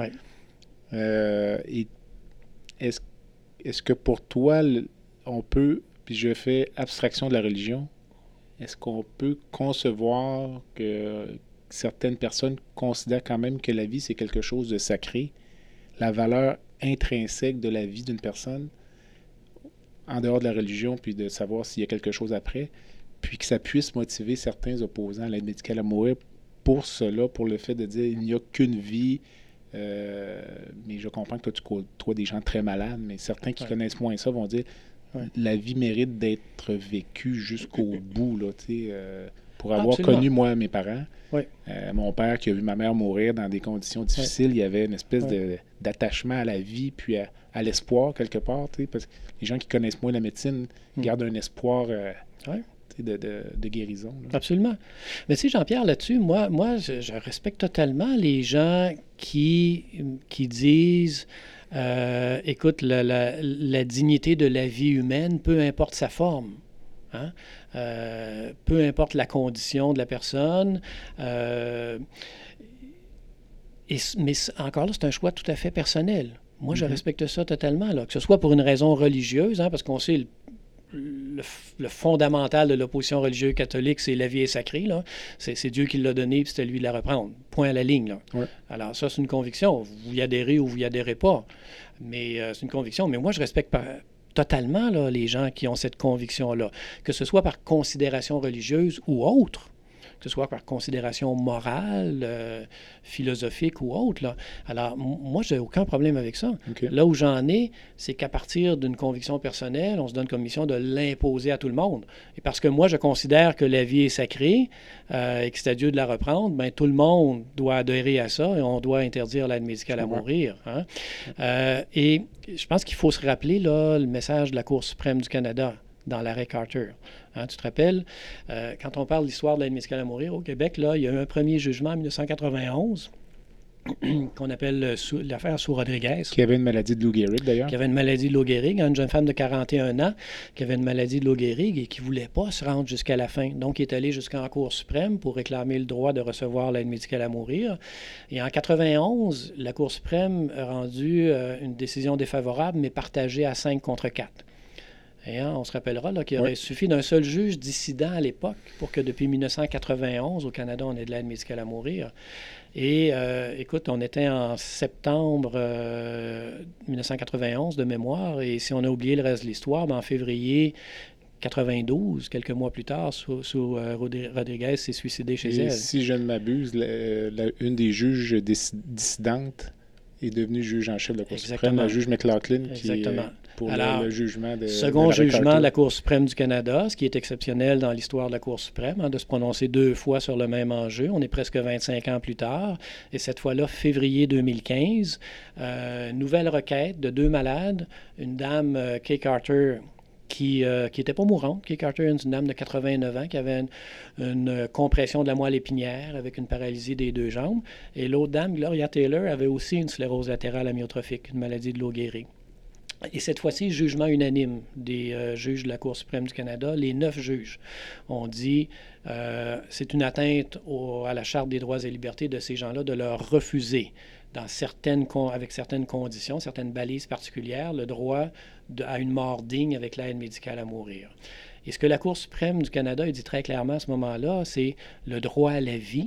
est-ce que pour toi, on peut, puis je fais abstraction de la religion, est-ce qu'on peut concevoir que certaines personnes considèrent quand même que la vie, c'est quelque chose de sacré, la valeur intrinsèque de la vie d'une personne, en dehors de la religion, puis de savoir s'il y a quelque chose après, puis que ça puisse motiver certains opposants à l'aide médicale à mourir pour cela, pour le fait de dire il n'y a qu'une vie, mais je comprends que toi, tu côtoies des gens très malades, mais certains qui connaissent moins ça vont dire la vie mérite d'être vécue jusqu'au bout, là, pour avoir Absolument. connu, moi, mes parents. Oui. Mon père qui a vu ma mère mourir dans des conditions difficiles, il y avait une espèce d'attachement à la vie puis à l'espoir quelque part. Parce que les gens qui connaissent moins la médecine gardent un espoir de guérison. Là. Absolument. Mais tu sais, Jean-Pierre, là-dessus, moi je respecte totalement les gens qui disent écoute, la dignité de la vie humaine, peu importe sa forme. Hein? Peu importe la condition de la personne. Mais encore là, c'est un choix tout à fait personnel. Moi, je respecte ça totalement. Là. Que ce soit pour une raison religieuse, parce qu'on sait le fondamental de l'opposition religieuse catholique, c'est la vie est sacrée. Là. C'est Dieu qui l'a donné, puis c'est à lui de la reprendre. Point à la ligne. Là. Ouais. Alors ça, c'est une conviction. Vous y adhérez ou vous y adhérez pas. Mais c'est une conviction. Mais moi, je respecte totalement là, les gens qui ont cette conviction-là, que ce soit par considération religieuse ou autre, que ce soit par considération morale, philosophique ou autre. Là. Alors, moi, je n'ai aucun problème avec ça. Okay. Là où j'en ai, c'est qu'à partir d'une conviction personnelle, on se donne comme mission de l'imposer à tout le monde. Et parce que moi, je considère que la vie est sacrée et que c'est à Dieu de la reprendre, bien, tout le monde doit adhérer à ça et on doit interdire l'aide médicale à mourir. Hein? Et je pense qu'il faut se rappeler là, le message de la Cour suprême du Canada dans l'arrêt Carter. Hein, tu te rappelles, quand on parle de l'histoire de l'aide médicale à mourir au Québec, là, il y a eu un premier jugement en 1991 qu'on appelle l'affaire sous Rodriguez. Qui avait une maladie de Lou Gehrig, d'ailleurs. Qui avait une maladie de Lou Gehrig, une jeune femme de 41 ans qui avait une maladie de Lou Gehrig et qui ne voulait pas se rendre jusqu'à la fin. Donc, il est allé jusqu'en Cour suprême pour réclamer le droit de recevoir l'aide médicale à mourir. Et en 91, la Cour suprême a rendu une décision défavorable, mais partagée à 5 contre 4. Et on se rappellera là, qu'il aurait suffi d'un seul juge dissident à l'époque pour que depuis 1991, au Canada, on ait de l'aide médicale à mourir. Et écoute, on était en septembre 1991 de mémoire, et si on a oublié le reste de l'histoire, en février 92, quelques mois plus tard, sous Rodriguez s'est suicidée chez elle. Si je ne m'abuse, une des juges dissidentes est devenue juge en chef de la Cour suprême, la juge McLaughlin, pour le jugement de second jugement Carter. de la Cour suprême du Canada, ce qui est exceptionnel dans l'histoire de la Cour suprême, de se prononcer 2 fois sur le même enjeu. On est presque 25 ans plus tard. Et cette fois-là, février 2015, nouvelle requête de 2 malades. Une dame, Kay Carter, qui n'était pas mourante. Kay Carter, une dame de 89 ans qui avait une compression de la moelle épinière avec une paralysie des 2 jambes. Et l'autre dame, Gloria Taylor, avait aussi une sclérose latérale amyotrophique, une maladie de Lou Gehrig. Et cette fois-ci, jugement unanime des juges de la Cour suprême du Canada. Les 9 juges ont dit c'est une atteinte à la Charte des droits et libertés de ces gens-là de leur refuser, avec certaines conditions, certaines balises particulières, le droit à une mort digne avec l'aide médicale à mourir. Et ce que la Cour suprême du Canada a dit très clairement à ce moment-là, c'est le droit à la vie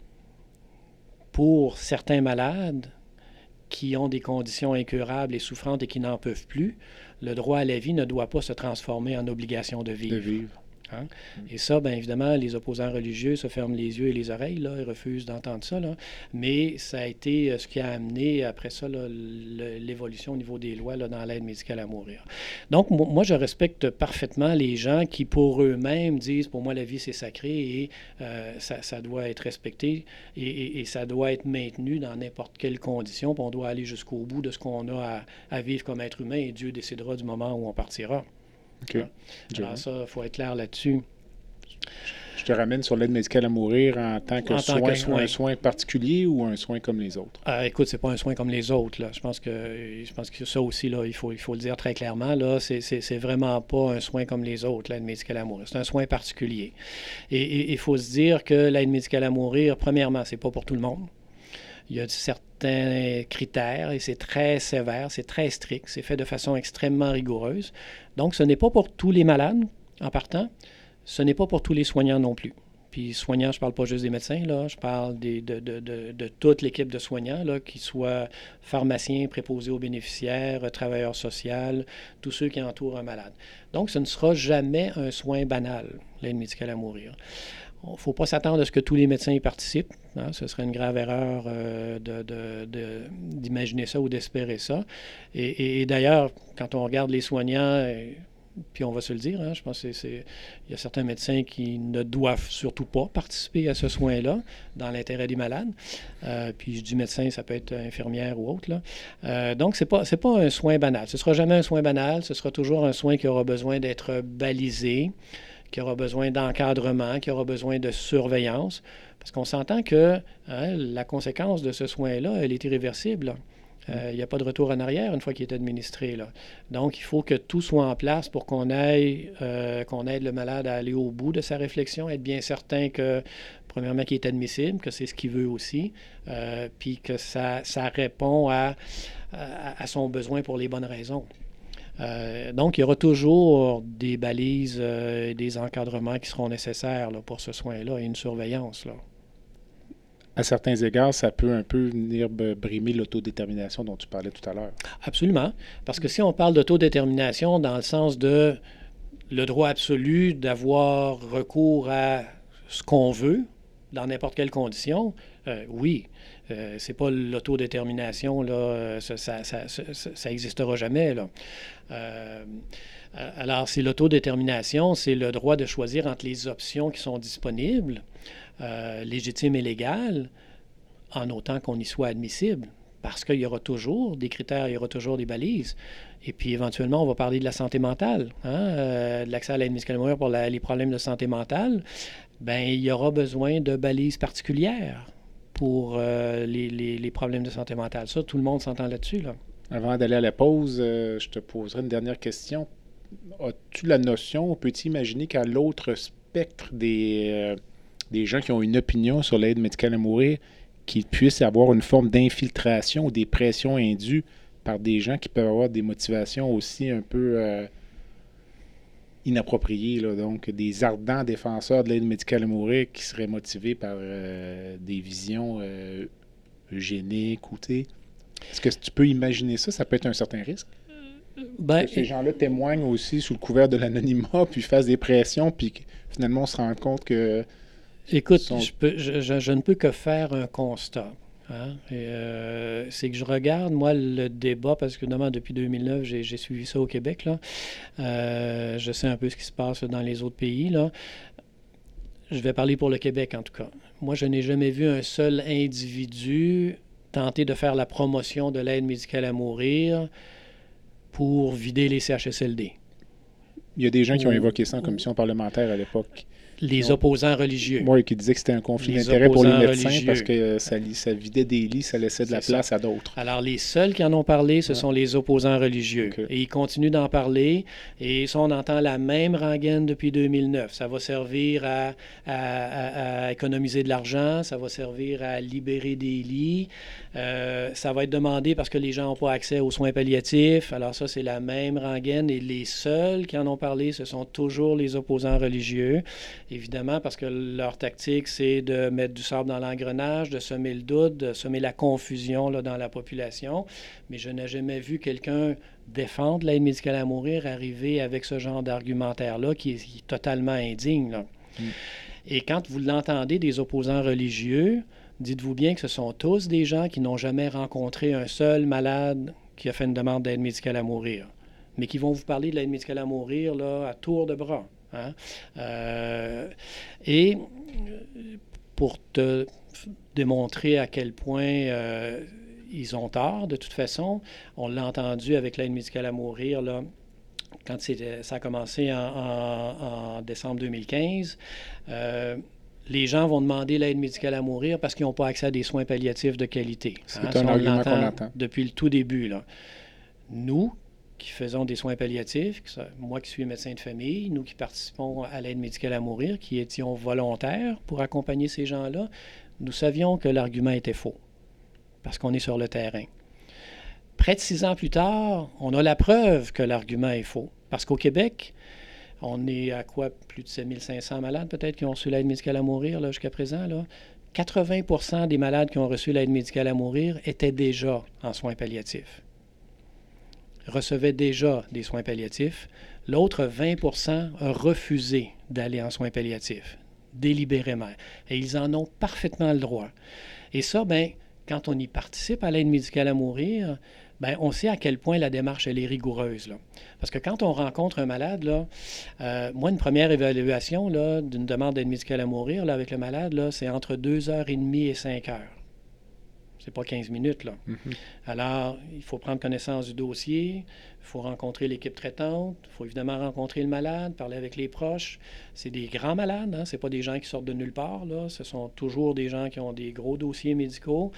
pour certains malades qui ont des conditions incurables et souffrantes et qui n'en peuvent plus. Le droit à la vie ne doit pas se transformer en obligation de vivre. Hein? Et ça, bien évidemment, les opposants religieux se ferment les yeux et les oreilles, là, ils refusent d'entendre ça. Là. Mais ça a été ce qui a amené, après ça, là, l'évolution au niveau des lois là, dans l'aide médicale à mourir. Donc, moi, je respecte parfaitement les gens qui, pour eux-mêmes, disent, pour moi, la vie, c'est sacré et ça doit être respecté et ça doit être maintenu dans n'importe quelle condition. Puis on doit aller jusqu'au bout de ce qu'on a à vivre comme être humain et Dieu décidera du moment où on partira. OK. Alors ça, il faut être clair là-dessus. Je te ramène sur l'aide médicale à mourir en tant que soin. Un soin particulier ou un soin comme les autres? Écoute, c'est pas un soin comme les autres. Là. Je pense que ça aussi, là, il faut le dire très clairement. Là, c'est vraiment pas un soin comme les autres, l'aide médicale à mourir. C'est un soin particulier. Et il faut se dire que l'aide médicale à mourir, premièrement, c'est pas pour tout le monde. Il y a certains critères et c'est très sévère, c'est très strict, c'est fait de façon extrêmement rigoureuse. Donc, ce n'est pas pour tous les malades en partant, ce n'est pas pour tous les soignants non plus. Puis soignants, je ne parle pas juste des médecins, là, je parle de toute l'équipe de soignants, là, qu'ils soient pharmaciens, préposés aux bénéficiaires, travailleurs sociaux, tous ceux qui entourent un malade. Donc, ce ne sera jamais un soin banal, l'aide médicale à mourir. Il ne faut pas s'attendre à ce que tous les médecins y participent. Hein? Ce serait une grave erreur d'imaginer ça ou d'espérer ça. Et d'ailleurs, quand on regarde les soignants, puis on va se le dire, hein, je pense qu'il y a certains médecins qui ne doivent surtout pas participer à ce soin-là dans l'intérêt des malades. Puis je dis médecin, ça peut être infirmière ou autre, là. Donc, c'est pas un soin banal. Ce ne sera jamais un soin banal, ce sera toujours un soin qui aura besoin d'être balisé, qui aura besoin d'encadrement, qui aura besoin de surveillance. Parce qu'on s'entend que la conséquence de ce soin-là, elle est irréversible, là. Il n'y a pas de retour en arrière une fois qu'il est administré, là. Donc, il faut que tout soit en place pour qu'on aide le malade à aller au bout de sa réflexion, être bien certain que, premièrement, qu'il est admissible, que c'est ce qu'il veut aussi, puis que ça répond à son besoin pour les bonnes raisons. Donc, il y aura toujours des balises et des encadrements qui seront nécessaires là, pour ce soin-là et une surveillance, là. À certains égards, ça peut un peu venir brimer l'autodétermination dont tu parlais tout à l'heure. Absolument. Parce que si on parle d'autodétermination dans le sens de le droit absolu d'avoir recours à ce qu'on veut, dans n'importe quelle condition, oui. C'est pas l'autodétermination, là, ça n'existera jamais, là. Alors, c'est l'autodétermination, c'est le droit de choisir entre les options qui sont disponibles, légitimes et légales, en autant qu'on y soit admissible, parce qu'il y aura toujours des critères, il y aura toujours des balises. Et puis, éventuellement, on va parler de la santé mentale, de l'accès à l'aide médicale à mourir pour les problèmes de santé mentale. Bien, il y aura besoin de balises particulières pour les problèmes de santé mentale. Ça, tout le monde s'entend là-dessus, là. Avant d'aller à la pause, je te poserai une dernière question. As-tu la notion, peux-tu imaginer qu'à l'autre spectre des gens qui ont une opinion sur l'aide médicale à mourir, qu'il puisse avoir une forme d'infiltration ou des pressions indues par des gens qui peuvent avoir des motivations aussi un peu inappropriées, là, donc des ardents défenseurs de l'aide médicale à mourir qui seraient motivés par des visions eugéniques ou est-ce que tu peux imaginer ça? Ça peut être un certain risque? Que ces gens-là témoignent aussi sous le couvert de l'anonymat, puis fassent des pressions, puis finalement on se rend compte que... Écoute, je ne peux que faire un constat. Hein? C'est que je regarde, moi, le débat, parce que notamment depuis 2009, j'ai suivi ça au Québec, là. Je sais un peu ce qui se passe dans les autres pays, là. Je vais parler pour le Québec, en tout cas. Moi, je n'ai jamais vu un seul individu tenter de faire la promotion de l'aide médicale à mourir pour vider les CHSLD. Il y a des gens qui ont évoqué ça en commission parlementaire à l'époque. Les opposants religieux. Oui, qui disaient que c'était un conflit d'intérêt pour les médecins parce que ça vidait des lits, ça laissait de la place à d'autres. Alors, les seuls qui en ont parlé, ce sont les opposants religieux. Okay. Et ils continuent d'en parler. Et ça, on entend la même rengaine depuis 2009. Ça va servir à économiser de l'argent, ça va servir à libérer des lits. Ça va être demandé parce que les gens n'ont pas accès aux soins palliatifs. Alors ça, c'est la même rengaine. Et les seuls qui en ont parlé, ce sont toujours les opposants religieux. Évidemment, parce que leur tactique, c'est de mettre du sable dans l'engrenage, de semer le doute, de semer la confusion là, dans la population. Mais je n'ai jamais vu quelqu'un défendre l'aide médicale à mourir arriver avec ce genre d'argumentaire-là qui est totalement indigne, là. Et quand vous l'entendez des opposants religieux, dites-vous bien que ce sont tous des gens qui n'ont jamais rencontré un seul malade qui a fait une demande d'aide médicale à mourir, mais qui vont vous parler de l'aide médicale à mourir là, à tour de bras. Hein? Et pour te démontrer à quel point ils ont tort, de toute façon, on l'a entendu avec l'aide médicale à mourir, là, quand ça a commencé en décembre 2015. Les gens vont demander l'aide médicale à mourir parce qu'ils n'ont pas accès à des soins palliatifs de qualité. C'est un argument qu'on entend. Depuis le tout début, là. Nous, qui faisons des soins palliatifs, moi qui suis médecin de famille, nous qui participons à l'aide médicale à mourir, qui étions volontaires pour accompagner ces gens-là, nous savions que l'argument était faux, parce qu'on est sur le terrain. Près de 6 ans plus tard, on a la preuve que l'argument est faux, parce qu'au Québec, on est à quoi? Plus de 7500 malades peut-être qui ont reçu l'aide médicale à mourir là, jusqu'à présent. Là. 80% des malades qui ont reçu l'aide médicale à mourir étaient déjà en soins palliatifs. Recevaient déjà des soins palliatifs. L'autre 20% a refusé d'aller en soins palliatifs, délibérément. Et ils en ont parfaitement le droit. Et ça, bien, quand on y participe à l'aide médicale à mourir, Bien, on sait à quel point la démarche elle est rigoureuse. Là. Parce que quand on rencontre un malade, là, moi, une première évaluation là, d'une demande d'aide médicale à mourir là, avec le malade, là, c'est entre 2h30 et 5h. C'est pas 15 minutes, là. Mm-hmm. Alors, il faut prendre connaissance du dossier, il faut rencontrer l'équipe traitante, il faut évidemment rencontrer le malade, parler avec les proches. C'est des grands malades, hein? Ce n'est pas des gens qui sortent de nulle part, là. Ce sont toujours des gens qui ont des gros dossiers médicaux.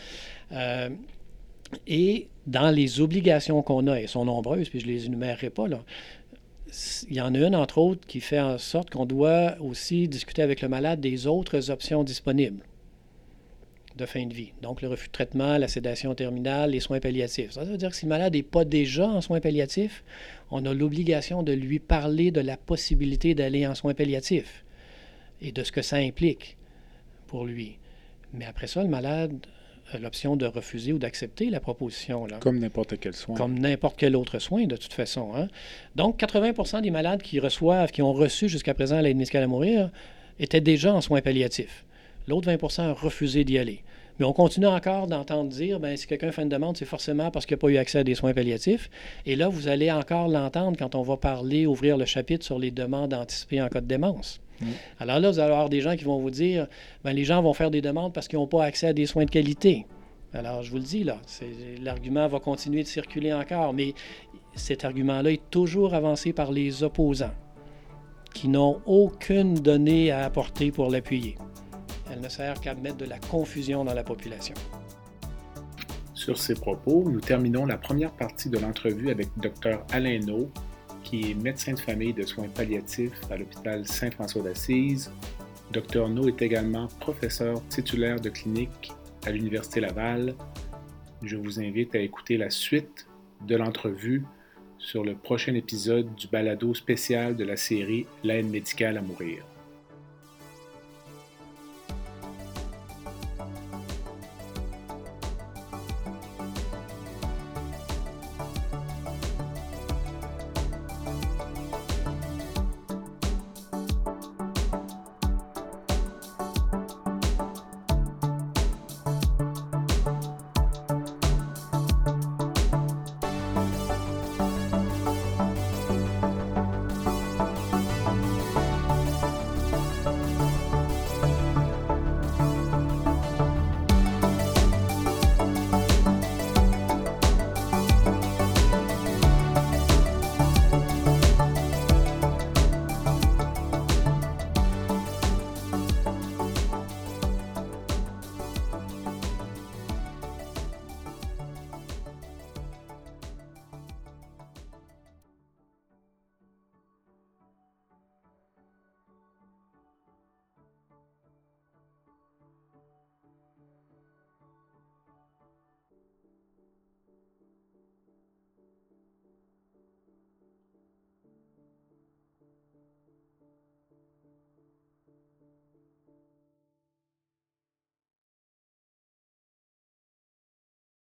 Et dans les obligations qu'on a, elles sont nombreuses, puis je ne les énumérerai pas, là. Il y en a une, entre autres, qui fait en sorte qu'on doit aussi discuter avec le malade des autres options disponibles de fin de vie. Donc, le refus de traitement, la sédation terminale, les soins palliatifs. Ça veut dire que si le malade n'est pas déjà en soins palliatifs, on a l'obligation de lui parler de la possibilité d'aller en soins palliatifs et de ce que ça implique pour lui. Mais après ça, le malade a l'option de refuser ou d'accepter la proposition. Là. Comme n'importe quel soin. Comme n'importe quel autre soin, de toute façon. Hein? Donc, 80% des malades qui ont reçu jusqu'à présent l'aide médicale à mourir, étaient déjà en soins palliatifs. L'autre 20% a refusé d'y aller. Mais on continue encore d'entendre dire, bien, si quelqu'un fait une demande, c'est forcément parce qu'il n'a pas eu accès à des soins palliatifs. Et là, vous allez encore l'entendre quand on va ouvrir le chapitre sur les demandes anticipées en cas de démence. Alors là, vous allez avoir des gens qui vont vous dire, bien, les gens vont faire des demandes parce qu'ils n'ont pas accès à des soins de qualité. Alors, je vous le dis, là, l'argument va continuer de circuler encore, mais cet argument-là est toujours avancé par les opposants qui n'ont aucune donnée à apporter pour l'appuyer. Elle ne sert qu'à mettre de la confusion dans la population. Sur ces propos, nous terminons la première partie de l'entrevue avec Dr Alain Naud, qui est médecin de famille de soins palliatifs à l'hôpital Saint-François d'Assise. Dr Naud est également professeur titulaire de clinique à l'Université Laval. Je vous invite à écouter la suite de l'entrevue sur le prochain épisode du balado spécial de la série L'aide médicale à mourir.